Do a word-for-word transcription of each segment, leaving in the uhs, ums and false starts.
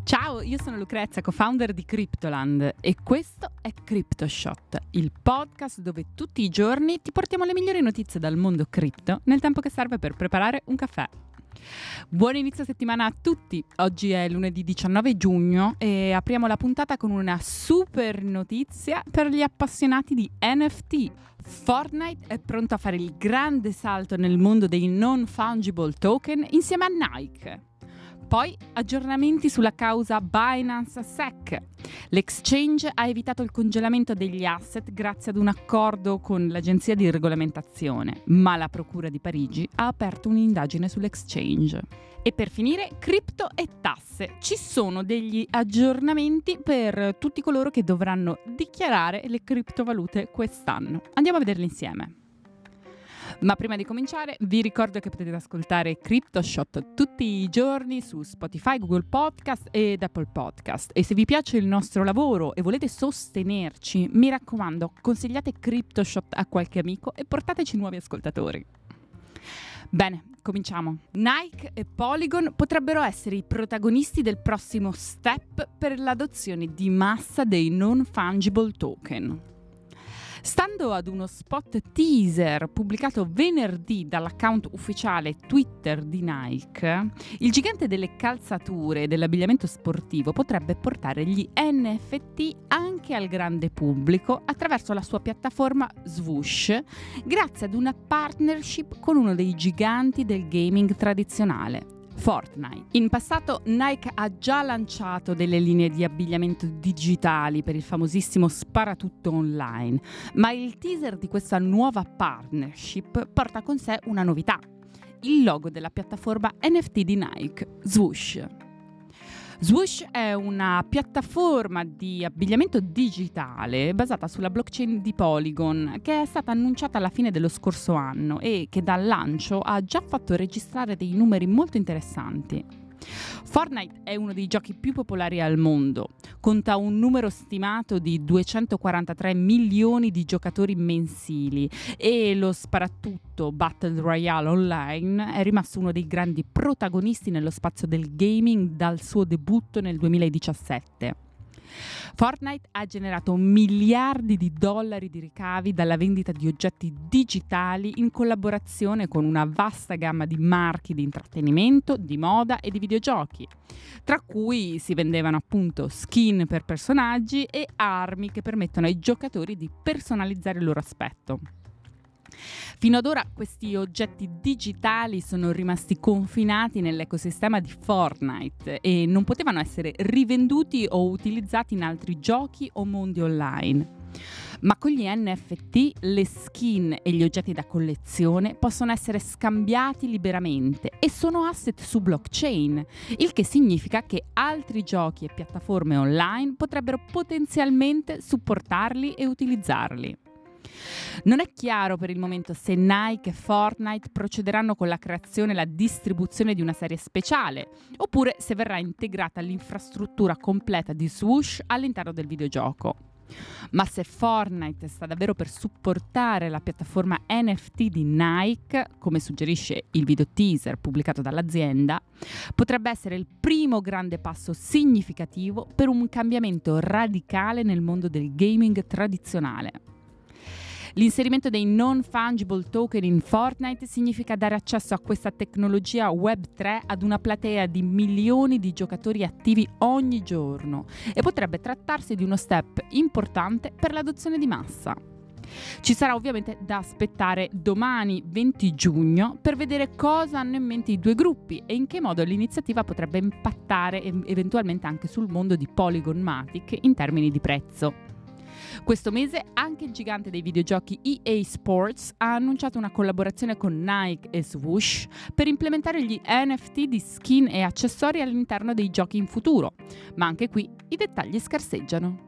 Ciao, io sono Lucrezia, co-founder di Cryptoland e questo è CryptoShot, il podcast dove tutti i giorni ti portiamo le migliori notizie dal mondo cripto nel tempo che serve per preparare un caffè. Buon inizio settimana a tutti, oggi è lunedì diciannove giugno e apriamo la puntata con una super notizia per gli appassionati di N F T. Fortnite è pronto a fare il grande salto nel mondo dei non-fungible token insieme a Nike. Poi aggiornamenti sulla causa Binance S E C. L'exchange ha evitato il congelamento degli asset grazie ad un accordo con l'agenzia di regolamentazione, ma la Procura di Parigi ha aperto un'indagine sull'exchange. E per finire, cripto e tasse. Ci sono degli aggiornamenti per tutti coloro che dovranno dichiarare le criptovalute quest'anno. Andiamo a vederli insieme. Ma prima di cominciare vi ricordo che potete ascoltare CryptoShot tutti i giorni su Spotify, Google Podcast ed Apple Podcast. E se vi piace il nostro lavoro e volete sostenerci, mi raccomando, consigliate CryptoShot a qualche amico e portateci nuovi ascoltatori. Bene, cominciamo. Nike e Polygon potrebbero essere i protagonisti del prossimo step per l'adozione di massa dei non-fungible token. Stando ad uno spot teaser pubblicato venerdì dall'account ufficiale Twitter di Nike, il gigante delle calzature e dell'abbigliamento sportivo potrebbe portare gli N F T anche al grande pubblico attraverso la sua piattaforma Swoosh, grazie ad una partnership con uno dei giganti del gaming tradizionale, Fortnite. In passato Nike ha già lanciato delle linee di abbigliamento digitali per il famosissimo sparatutto online, ma il teaser di questa nuova partnership porta con sé una novità: il logo della piattaforma N F T di Nike, Swoosh. Swoosh è una piattaforma di abbigliamento digitale basata sulla blockchain di Polygon, che è stata annunciata alla fine dello scorso anno e che dal lancio ha già fatto registrare dei numeri molto interessanti. Fortnite è uno dei giochi più popolari al mondo, conta un numero stimato di duecentoquarantatré milioni di giocatori mensili e lo sparatutto Battle Royale Online è rimasto uno dei grandi protagonisti nello spazio del gaming dal suo debutto nel duemiladiciassette. Fortnite ha generato miliardi di dollari di ricavi dalla vendita di oggetti digitali in collaborazione con una vasta gamma di marchi di intrattenimento, di moda e di videogiochi, tra cui si vendevano appunto skin per personaggi e armi che permettono ai giocatori di personalizzare il loro aspetto. Fino ad ora questi oggetti digitali sono rimasti confinati nell'ecosistema di Fortnite e non potevano essere rivenduti o utilizzati in altri giochi o mondi online. Ma con gli N F T le skin e gli oggetti da collezione possono essere scambiati liberamente e sono asset su blockchain, il che significa che altri giochi e piattaforme online potrebbero potenzialmente supportarli e utilizzarli. Non è chiaro per il momento se Nike e Fortnite procederanno con la creazione e la distribuzione di una serie speciale, oppure se verrà integrata l'infrastruttura completa di Swoosh all'interno del videogioco. Ma se Fortnite sta davvero per supportare la piattaforma N F T di Nike, come suggerisce il video teaser pubblicato dall'azienda, potrebbe essere il primo grande passo significativo per un cambiamento radicale nel mondo del gaming tradizionale. L'inserimento dei non-fungible token in Fortnite significa dare accesso a questa tecnologia web tre ad una platea di milioni di giocatori attivi ogni giorno e potrebbe trattarsi di uno step importante per l'adozione di massa. Ci sarà ovviamente da aspettare domani venti giugno per vedere cosa hanno in mente i due gruppi e in che modo l'iniziativa potrebbe impattare eventualmente anche sul mondo di Polygon Matic in termini di prezzo. Questo mese anche il gigante dei videogiochi E A Sports ha annunciato una collaborazione con Nike e Swoosh per implementare gli N F T di skin e accessori all'interno dei giochi in futuro, ma anche qui i dettagli scarseggiano.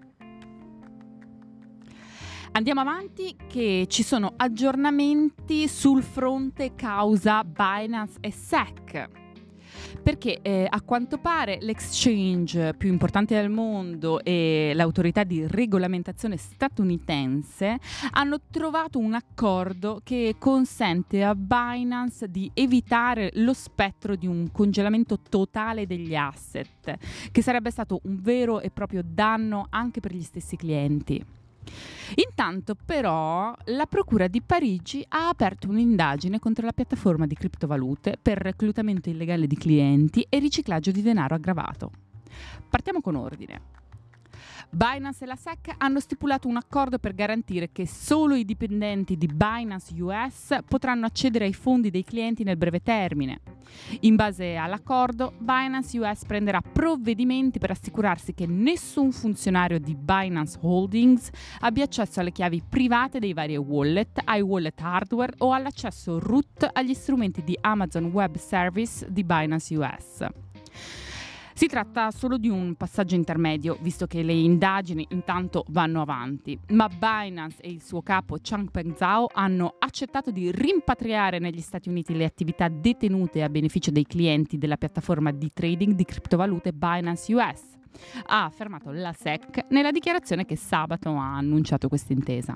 Andiamo avanti che ci sono aggiornamenti sul fronte causa Binance e S E C. Perché eh, a quanto pare l'exchange più importante del mondo e l'autorità di regolamentazione statunitense hanno trovato un accordo che consente a Binance di evitare lo spettro di un congelamento totale degli asset, che sarebbe stato un vero e proprio danno anche per gli stessi clienti. Intanto però la Procura di Parigi ha aperto un'indagine contro la piattaforma di criptovalute per reclutamento illegale di clienti e riciclaggio di denaro aggravato. Partiamo con ordine. Binance e la S E C hanno stipulato un accordo per garantire che solo i dipendenti di Binance U S potranno accedere ai fondi dei clienti nel breve termine. In base all'accordo, Binance U S prenderà provvedimenti per assicurarsi che nessun funzionario di Binance Holdings abbia accesso alle chiavi private dei vari wallet, ai wallet hardware o all'accesso root agli strumenti di Amazon Web Service di Binance U S. Si tratta solo di un passaggio intermedio, visto che le indagini intanto vanno avanti, ma Binance e il suo capo Changpeng Zhao hanno accettato di rimpatriare negli Stati Uniti le attività detenute a beneficio dei clienti della piattaforma di trading di criptovalute Binance U S, ha affermato la S E C nella dichiarazione che sabato ha annunciato questa intesa.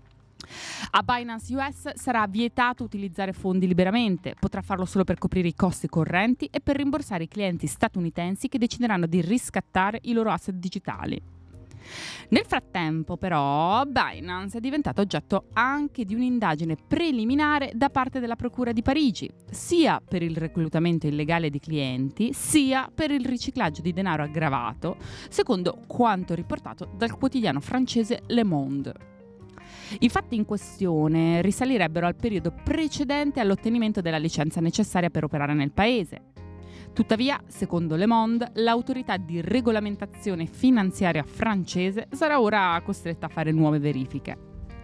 A Binance U S sarà vietato utilizzare fondi liberamente, potrà farlo solo per coprire i costi correnti e per rimborsare i clienti statunitensi che decideranno di riscattare i loro asset digitali. Nel frattempo, però, Binance è diventato oggetto anche di un'indagine preliminare da parte della Procura di Parigi, sia per il reclutamento illegale di clienti, sia per il riciclaggio di denaro aggravato, secondo quanto riportato dal quotidiano francese Le Monde. I fatti in questione risalirebbero al periodo precedente all'ottenimento della licenza necessaria per operare nel paese. Tuttavia, secondo Le Monde, l'autorità di regolamentazione finanziaria francese sarà ora costretta a fare nuove verifiche.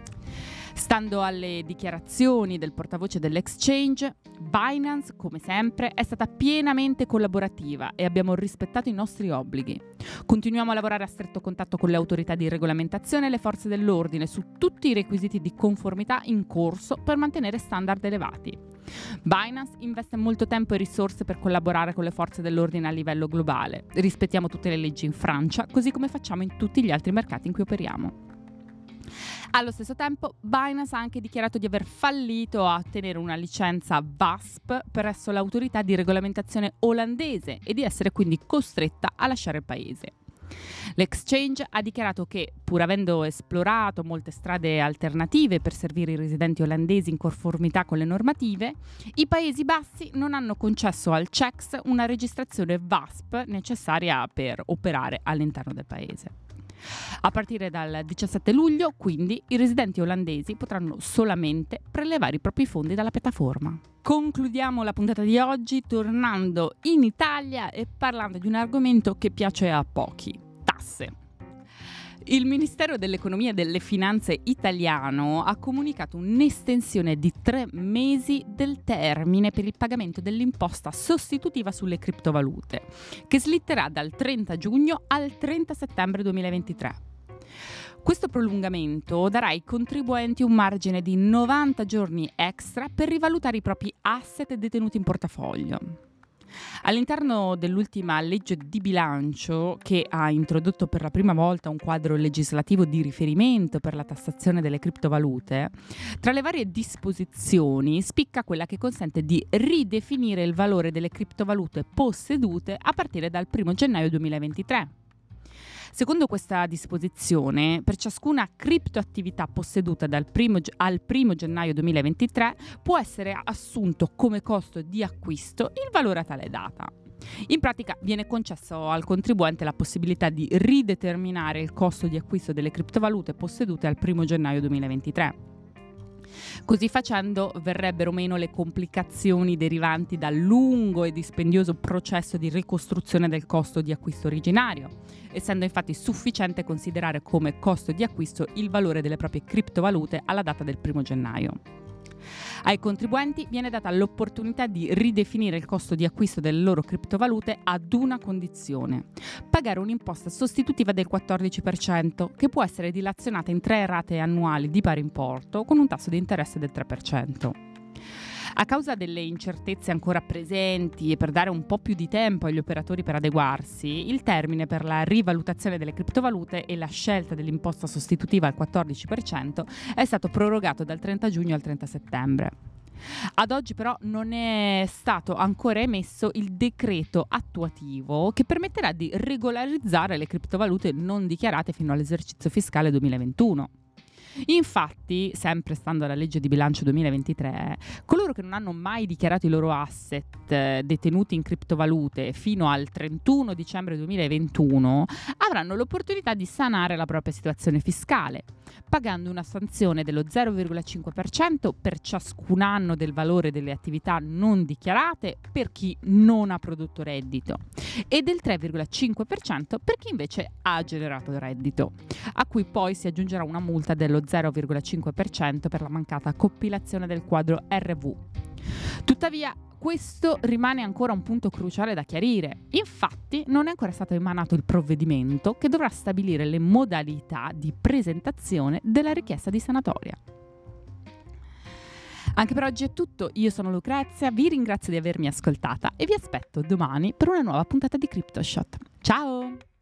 Stando alle dichiarazioni del portavoce dell'exchange, Binance, come sempre, è stata pienamente collaborativa e abbiamo rispettato i nostri obblighi. Continuiamo a lavorare a stretto contatto con le autorità di regolamentazione e le forze dell'ordine su tutti i requisiti di conformità in corso per mantenere standard elevati. Binance investe molto tempo e risorse per collaborare con le forze dell'ordine a livello globale. Rispettiamo tutte le leggi in Francia, così come facciamo in tutti gli altri mercati in cui operiamo. Allo stesso tempo, Binance ha anche dichiarato di aver fallito a ottenere una licenza V A S P presso l'autorità di regolamentazione olandese e di essere quindi costretta a lasciare il paese. L'exchange ha dichiarato che, pur avendo esplorato molte strade alternative per servire i residenti olandesi in conformità con le normative, i Paesi Bassi non hanno concesso al C E C S una registrazione V A S P necessaria per operare all'interno del paese. A partire dal diciassette luglio, quindi, i residenti olandesi potranno solamente prelevare i propri fondi dalla piattaforma. Concludiamo la puntata di oggi tornando in Italia e parlando di un argomento che piace a pochi: tasse. Il Ministero dell'Economia e delle Finanze italiano ha comunicato un'estensione di tre mesi del termine per il pagamento dell'imposta sostitutiva sulle criptovalute, che slitterà dal trenta giugno al trenta settembre duemilaventitré. Questo prolungamento darà ai contribuenti un margine di novanta giorni extra per rivalutare i propri asset detenuti in portafoglio. All'interno dell'ultima legge di bilancio, che ha introdotto per la prima volta un quadro legislativo di riferimento per la tassazione delle criptovalute, tra le varie disposizioni spicca quella che consente di ridefinire il valore delle criptovalute possedute a partire dal primo gennaio duemilaventitré. Secondo questa disposizione, per ciascuna criptoattività posseduta dal primo, al primo gennaio duemilaventitré può essere assunto come costo di acquisto il valore a tale data. In pratica viene concesso al contribuente la possibilità di rideterminare il costo di acquisto delle criptovalute possedute al primo gennaio duemilaventitré. Così facendo verrebbero meno le complicazioni derivanti dal lungo e dispendioso processo di ricostruzione del costo di acquisto originario, essendo infatti sufficiente considerare come costo di acquisto il valore delle proprie criptovalute alla data del primo gennaio. Ai contribuenti viene data l'opportunità di ridefinire il costo di acquisto delle loro criptovalute ad una condizione: pagare un'imposta sostitutiva del quattordici per cento, che può essere dilazionata in tre rate annuali di pari importo con un tasso di interesse del tre per cento. A causa delle incertezze ancora presenti e per dare un po' più di tempo agli operatori per adeguarsi, il termine per la rivalutazione delle criptovalute e la scelta dell'imposta sostitutiva al quattordici per cento è stato prorogato dal trenta giugno al trenta settembre. Ad oggi però non è stato ancora emesso il decreto attuativo che permetterà di regolarizzare le criptovalute non dichiarate fino all'esercizio fiscale duemilaventuno. Infatti, sempre stando alla legge di bilancio duemilaventitré, coloro che non hanno mai dichiarato i loro asset eh, detenuti in criptovalute fino al trentuno dicembre duemilaventuno avranno l'opportunità di sanare la propria situazione fiscale, pagando una sanzione dello zero virgola cinque per cento per ciascun anno del valore delle attività non dichiarate per chi non ha prodotto reddito e del tre virgola cinque per cento per chi invece ha generato reddito, a cui poi si aggiungerà una multa dello zero virgola cinque per cento per la mancata compilazione del quadro R V. Tuttavia, questo rimane ancora un punto cruciale da chiarire. Infatti, non è ancora stato emanato il provvedimento che dovrà stabilire le modalità di presentazione della richiesta di sanatoria. Anche per oggi è tutto, io sono Lucrezia, vi ringrazio di avermi ascoltata e vi aspetto domani per una nuova puntata di CryptoShot. Ciao!